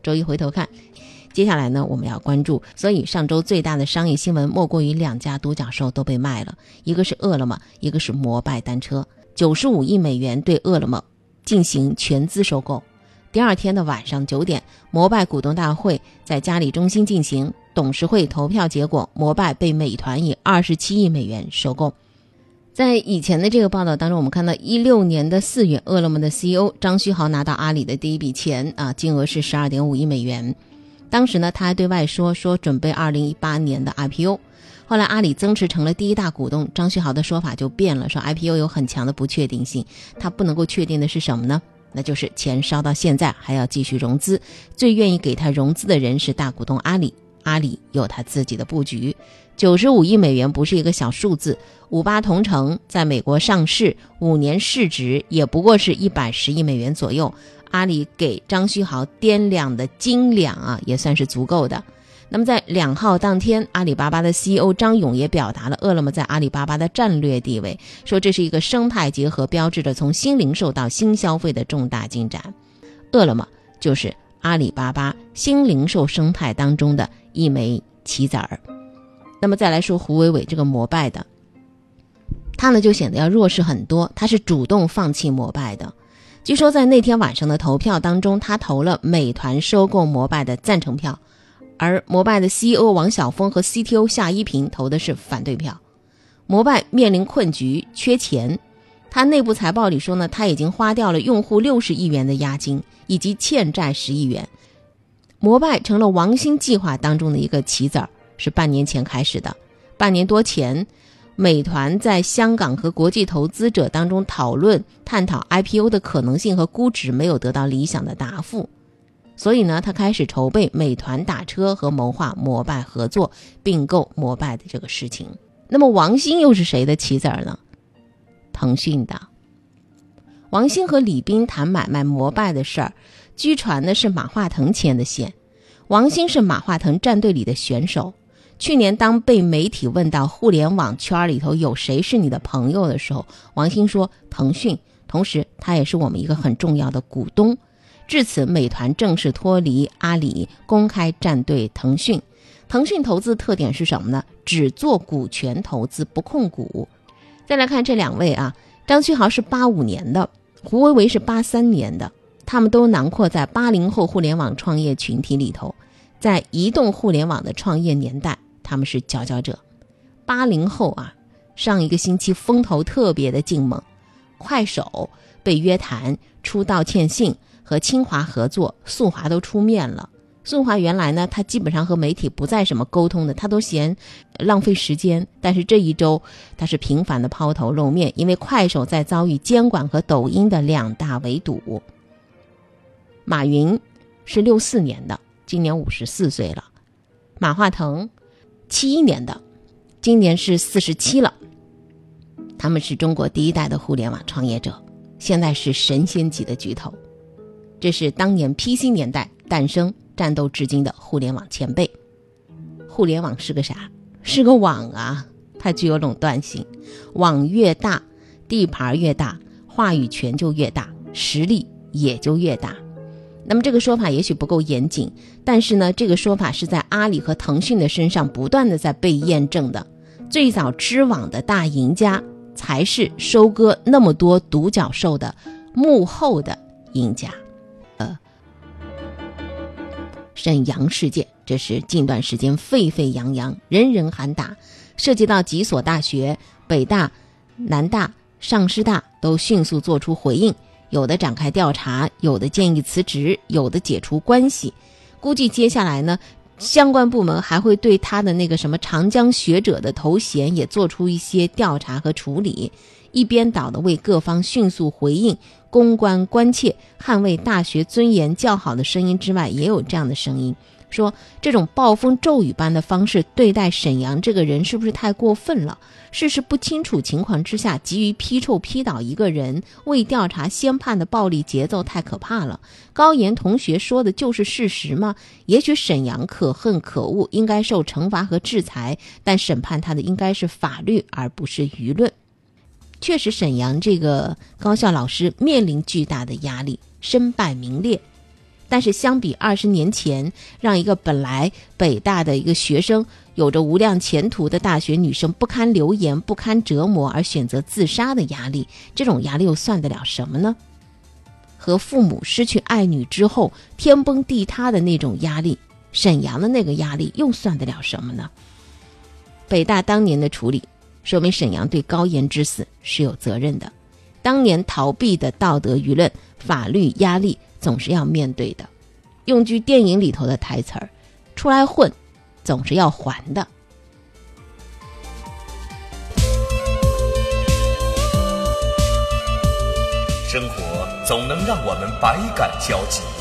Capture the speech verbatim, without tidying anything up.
周一回头看。接下来呢，我们要关注，所以上周最大的商业新闻莫过于两家独角兽都被卖了，一个是饿了么，一个是摩拜单车，九十五亿美元对饿了么进行全资收购。第二天的晚上九点，摩拜股东大会在嘉里中心进行，董事会投票结果，摩拜被美团以二十七亿美元收购。在以前的这个报道当中，我们看到一六年的四月，饿了么的 C E O 张旭豪拿到阿里的第一笔钱啊，金额是 十二点五亿美元。当时呢，他还对外说说准备二零一八年的 I P O。后来阿里增持成了第一大股东，张旭豪的说法就变了，说 I P O 有很强的不确定性，他不能够确定的是什么呢？那就是钱烧到现在还要继续融资，最愿意给他融资的人是大股东阿里，阿里有他自己的布局。九十五亿美元不是一个小数字，五八同城在美国上市，五年市值也不过是一百十亿美元左右，阿里给张旭豪掂量的斤两啊，也算是足够的。那么在两号当天，阿里巴巴的 C E O 张勇也表达了饿了么在阿里巴巴的战略地位，说这是一个生态结合，标志着从新零售到新消费的重大进展。饿了么就是阿里巴巴新零售生态当中的一枚棋子儿。那么再来说胡伟伟这个摩拜的，他呢就显得要弱势很多，他是主动放弃摩拜的。据说在那天晚上的投票当中，他投了美团收购摩拜的赞成票，而摩拜的 C E O 王晓峰和 C T O 夏一平投的是反对票。摩拜面临困局，缺钱。他内部财报里说呢，他已经花掉了用户六十亿元的押金，以及欠债十亿元。摩拜成了王兴计划当中的一个棋子儿，是半年前开始的。半年多前，美团在香港和国际投资者当中讨论探讨 I P O 的可能性和估值没有得到理想的答复，所以呢，他开始筹备美团打车和谋划摩拜合作并购摩拜的这个事情。那么王兴又是谁的棋子儿呢？腾讯的。王兴和李斌谈买卖摩拜的事儿，据传的是马化腾牵的线。王兴是马化腾战队里的选手。去年当被媒体问到互联网圈里头有谁是你的朋友的时候，王兴说腾讯，同时他也是我们一个很重要的股东。至此，美团正式脱离阿里，公开站队腾讯。腾讯投资特点是什么呢？只做股权投资，不控股。再来看这两位啊，张旭豪是八五年的，胡伟伟是八三年的，他们都囊括在八零后互联网创业群体里头，在移动互联网的创业年代，他们是佼佼者。八零后啊，上一个星期风头特别的劲猛，快手被约谈出道歉信，和清华合作，速滑都出面了。速滑原来呢，他基本上和媒体不再什么沟通的，他都嫌浪费时间。但是这一周他是频繁的抛头露面，因为快手在遭遇监管和抖音的两大围堵。马云是六四年的，今年五十四岁了。马化腾七一年的，今年是四十七了。他们是中国第一代的互联网创业者，现在是神仙级的巨头。这是当年 P C 年代诞生战斗至今的互联网前辈。互联网是个啥？是个网啊，它具有垄断性。网越大，地盘越大，话语权就越大，实力也就越大。那么这个说法也许不够严谨，但是呢，这个说法是在阿里和腾讯的身上不断的在被验证的。最早织网的大赢家，才是收割那么多独角兽的幕后的赢家。呃，沈阳事件，这是近段时间沸沸扬扬，人人喊打，涉及到几所大学，北大、南大、上师大都迅速做出回应，有的展开调查，有的建议辞职，有的解除关系。估计接下来呢，相关部门还会对他的那个什么长江学者的头衔也做出一些调查和处理，一边倒的为各方迅速回应公关关切，捍卫大学尊严较好的声音之外，也有这样的声音说，这种暴风骤雨般的方式对待沈阳这个人是不是太过分了？事实不清楚情况之下，急于批臭批倒一个人，未调查先判的暴力节奏太可怕了。高岩同学说的就是事实吗？也许沈阳可恨可恶，应该受惩罚和制裁，但审判他的应该是法律而不是舆论。确实，沈阳这个高校老师面临巨大的压力，身败名裂。 但是相比二十年前，让一个本来北大的一个学生有着无量前途的大学女生不堪流言不堪折磨而选择自杀的压力，这种压力又算得了什么呢？和父母失去爱女之后天崩地塌的那种压力，沈阳的那个压力又算得了什么呢？北大当年的处理说明沈阳对高岩之死是有责任的，当年逃避的道德舆论法律压力总是要面对的，用句电影里头的台词儿，出来混总是要还的。 生活总能让我们百感交集，